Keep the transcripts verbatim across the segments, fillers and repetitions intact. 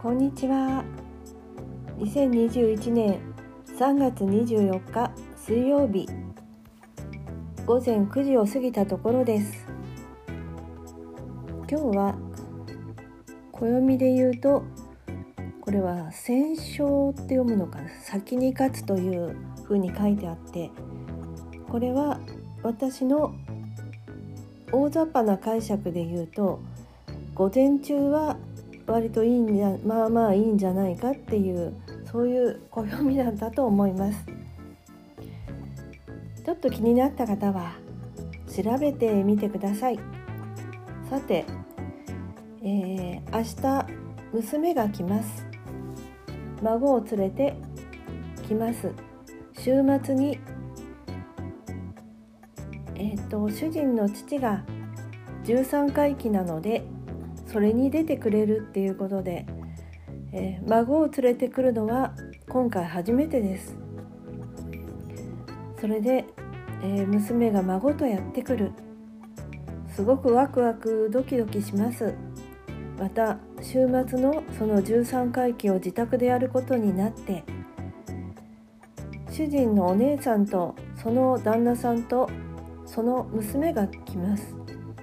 こんにちは。にせんにじゅういちねんさんがつにじゅうよっか水曜日、午前くじを過ぎたところです。今日は暦で言うと、これは先勝って読むのかな、先に勝つというふうに書いてあって、これは私の大雑把な解釈で言うと、午前中は割といいんじゃまあまあいいんじゃないかっていう、そういう暦だったと思います。ちょっと気になった方は調べてみてください。さて、えー、明日娘が来ます。孫を連れて来ます。週末に、えーと、主人の父がじゅうさんかい忌なので、それに出てくれるっていうことで、えー、孫を連れてくるのは今回初めてです。それで、えー、娘が孫とやってくる。すごくワクワクドキドキします。また週末のそのじゅうさんかい忌を自宅でやることになって、主人のお姉さんとその旦那さんとその娘が来ます。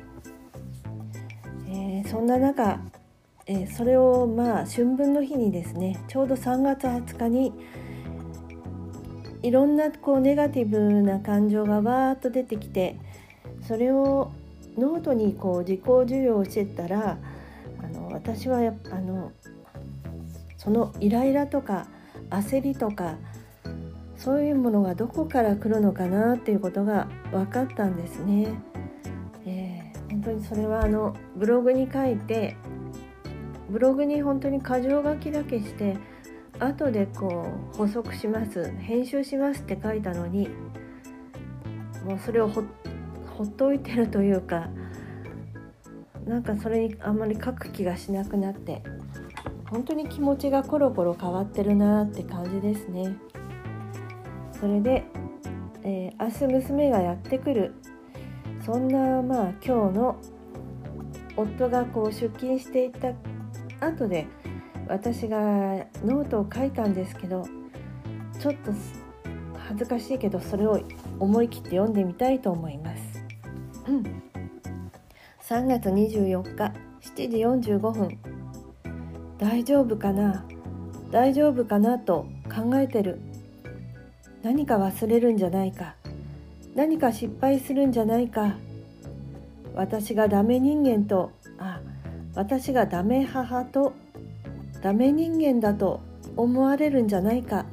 えー、そんな中、えー、それをまあ春分の日にですね、ちょうどさんがつはつかにいろんなこうネガティブな感情がわーっと出てきて、それをノートにこう自己授与をしてたら、あの私はやっぱあのそのイライラとか焦りとかそういうものがどこから来るのかなっていうことが分かったんですね。えー本当にそれはあのブログに書いて、ブログに本当に箇条書きだけして後でこう補足します、編集しますって書いたのに、もうそれを ほ, ほっといてるというか、なんかそれにあんまり書く気がしなくなって、本当に気持ちがコロコロ変わってるなって感じですね。それで、えー、明日娘がやってくる。そんなまあ今日の夫がこう出勤していった後で、私がノートを書いたんですけど、ちょっと恥ずかしいけどそれを思い切って読んでみたいと思います。うん、さんがつにじゅうよっかしちじよんじゅうごふん、大丈夫かな大丈夫かなと考えてる。何か忘れるんじゃないか、何か失敗するんじゃないか、私がダメ人間とあ私がダメ母とダメ人間だと思われるんじゃないか、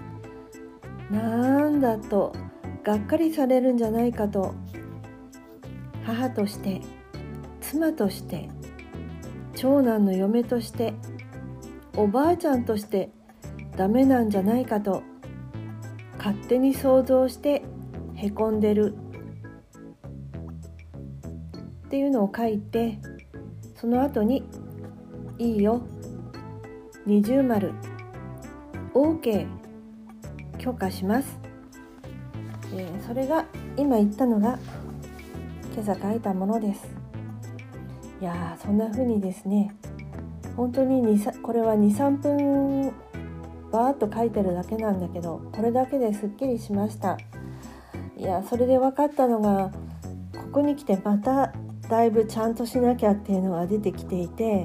なんだとがっかりされるんじゃないかと、母として妻として長男の嫁としておばあちゃんとしてダメなんじゃないかと勝手に想像してへこんでるっていうのを書いて、その後にいいよ二重丸 OK 許可します、えー、それが今言ったのが今朝書いたものです。いやー、そんな風にですね、本当ににこれは にさんぷんバーっと書いてるだけなんだけど、これだけですっきりしました。いや、それで分かったのが、ここに来てまただいぶちゃんとしなきゃっていうのが出てきていて、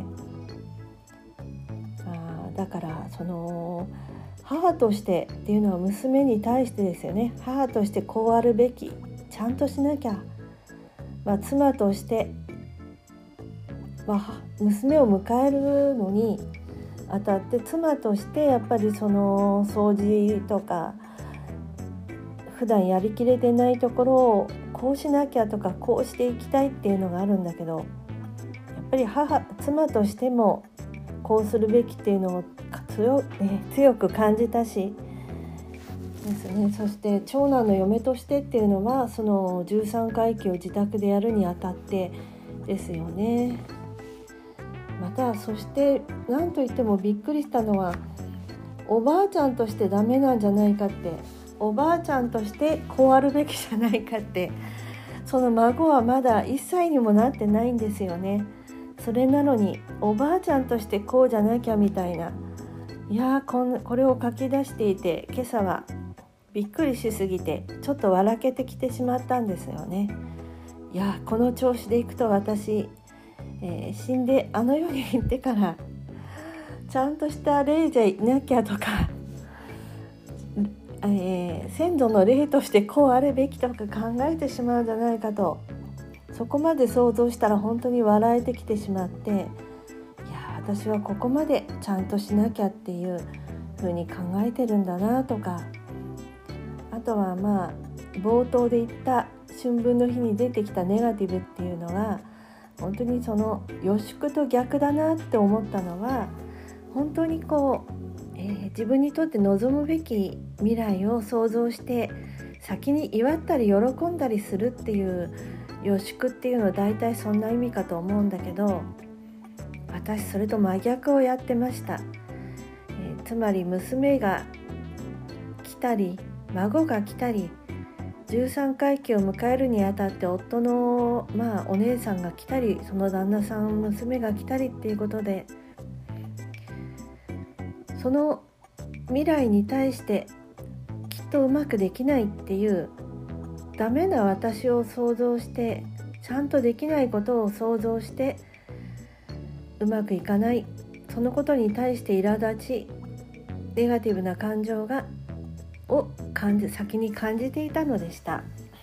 あだからその母としてっていうのは娘に対してですよね。母としてこうあるべき、ちゃんとしなきゃ、まあ、妻として、まあ、娘を迎えるのにあたって妻としてやっぱりその掃除とか普段やりきれてないところをこうしなきゃとかこうしていきたいっていうのがあるんだけど、やっぱり母妻としてもこうするべきっていうのを 強,、ね、強く感じたしですね。そして長男の嫁としてっていうのはそのじゅうさんかい忌を自宅でやるにあたってですよね。またそして何といってもびっくりしたのは、おばあちゃんとしてダメなんじゃないかって、おばあちゃんとしてこうあるべきじゃないかって、その孫はまだいっさいにもなってないんですよね。 それなのにおばあちゃんとしてこうじゃなきゃみたいな、いやー こ, んこれを書き出していて、今朝はびっくりしすぎてちょっと笑けてきてしまったんですよね。いやこの調子でいくと私、えー、死んであの世に行ってからちゃんとした霊じゃいなきゃとか、えー、先祖の霊としてこうあるべきとか考えてしまうんじゃないかと、そこまで想像したら本当に笑えてきてしまって、いや私はここまでちゃんとしなきゃっていう風に考えてるんだなとか、あとはまあ冒頭で言った春分の日に出てきたネガティブっていうのは本当にその予祝と逆だなって思ったのは、本当にこう、えー、自分にとって望むべき未来を想像して先に祝ったり喜んだりするっていう予祝っていうのは大体そんな意味かと思うんだけど、私それと真逆をやってました。えー、つまり娘が来たり孫が来たりじゅうさんかい忌を迎えるにあたって夫の、まあ、お姉さんが来たり、その旦那さん娘が来たりっていうことで、その未来に対してきっとうまくできないっていうダメな私を想像して、ちゃんとできないことを想像してうまくいかない、そのことに対して苛立ち、ネガティブな感情がを感じ先に感じていたのでした。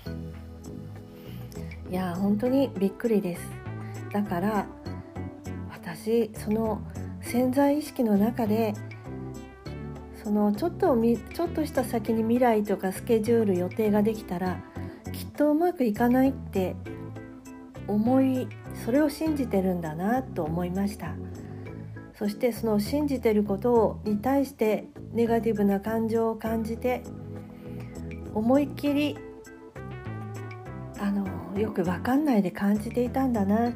いや本当にびっくりです。だから私その潜在意識の中でそのちょっとみちょっとした先に未来とかスケジュール予定ができたらきっとうまくいかないって思い、それを信じてるんだなと思いました。そしてその信じてることに対してネガティブな感情を感じて、思いっきりあのよく分かんないで感じていたんだなって、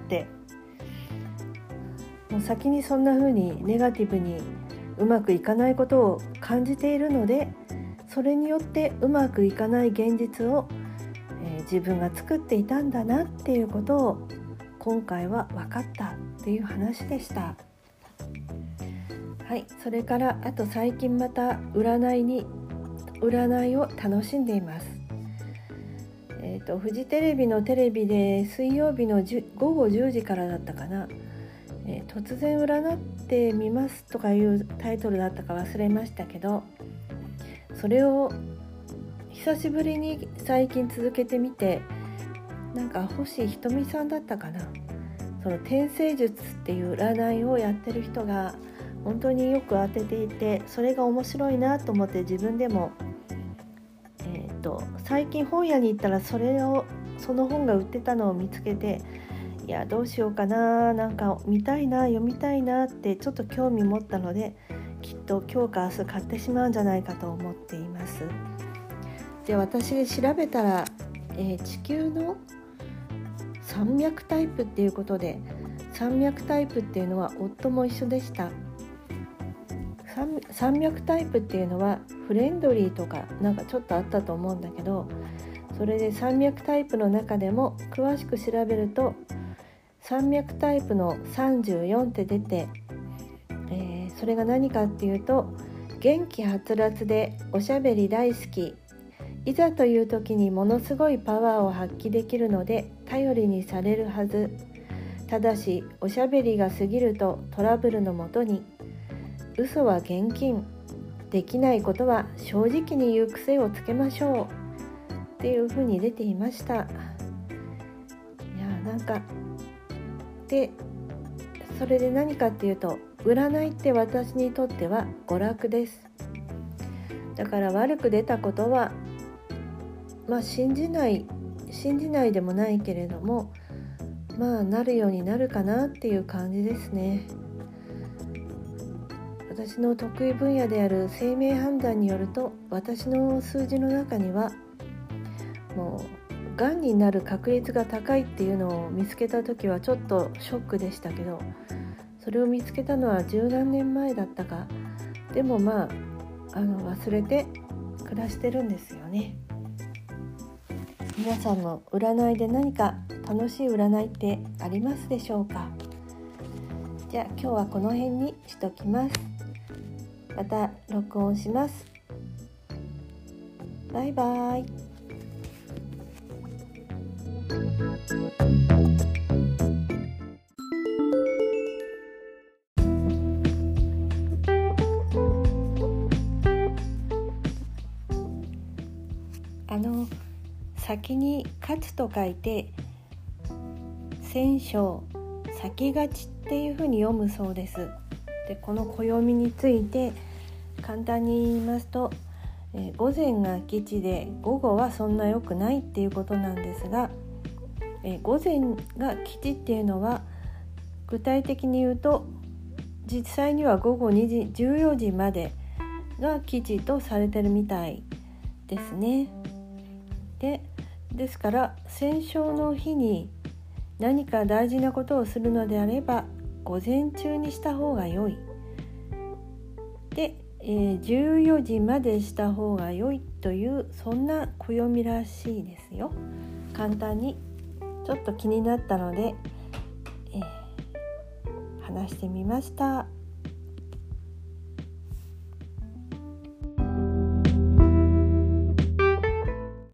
もう先にそんな風にネガティブにうまくいかないことを感じているので、それによってうまくいかない現実を、えー、自分が作っていたんだなっていうことを今回は分かったっていう話でした。はい、それからあと最近また占いに占いを楽しんでいます。えーと、フジテレビのテレビで水曜日のごごじゅうじからだったかな、えー、突然占ってみますとかいうタイトルだったか忘れましたけど、それを久しぶりに最近続けてみて、なんか星ひとみさんだったかな、その転生術っていう占いをやってる人が本当によく当てていて、それが面白いなと思って自分でも、えーと、最近本屋に行ったらそれをその本が売ってたのを見つけて、いやどうしようかな、なんか見たいな読みたいなってちょっと興味持ったので、きっと今日か明日買ってしまうんじゃないかと思っています。で私調べたら、えー、地球の山脈タイプっていうことで、山脈タイプっていうのは夫も一緒でした。山脈タイプっていうのはフレンドリーとかなんかちょっとあったと思うんだけど、それで山脈タイプの中でも詳しく調べると山脈タイプのさんじゅうよんって出て、えー、それが何かっていうと、元気はつらつでおしゃべり大好き、いざという時にものすごいパワーを発揮できるので頼りにされるはず、ただしおしゃべりが過ぎるとトラブルのもとに、嘘は厳禁、できないことは正直に言う癖をつけましょうっていうふうに出ていました。いやなんかでそれで何かっていうと、占いって私にとっては娯楽です。だから悪く出たことはまあ信じない信じないでもないけれども、まあなるようになるかなっていう感じですね。私の得意分野である生命判断によると、私の数字の中にはもうがんになる確率が高いっていうのを見つけた時はちょっとショックでしたけど、それを見つけたのは十何年前だったか。でもまあ、あの忘れて暮らしてるんですよね。皆さんの占いで何か楽しい占いってありますでしょうか。 じゃあ今日はこの辺にしときます。また録音します。バイバイ。あの先に勝つと書いて先勝先勝ちっていうふうに読むそうです。でこの暦について簡単に言いますと、えー、午前が吉で午後はそんな良くないっていうことなんですが、えー、午前が吉っていうのは具体的に言うと実際には午後にじじゅうよじまでが吉とされてるみたいですね。で、ですから戦勝の日に何か大事なことをするのであれば午前中にした方が良い。で、えー、じゅうよじまでした方が良いというそんな暦らしいですよ。簡単にちょっと気になったので、えー、話してみました。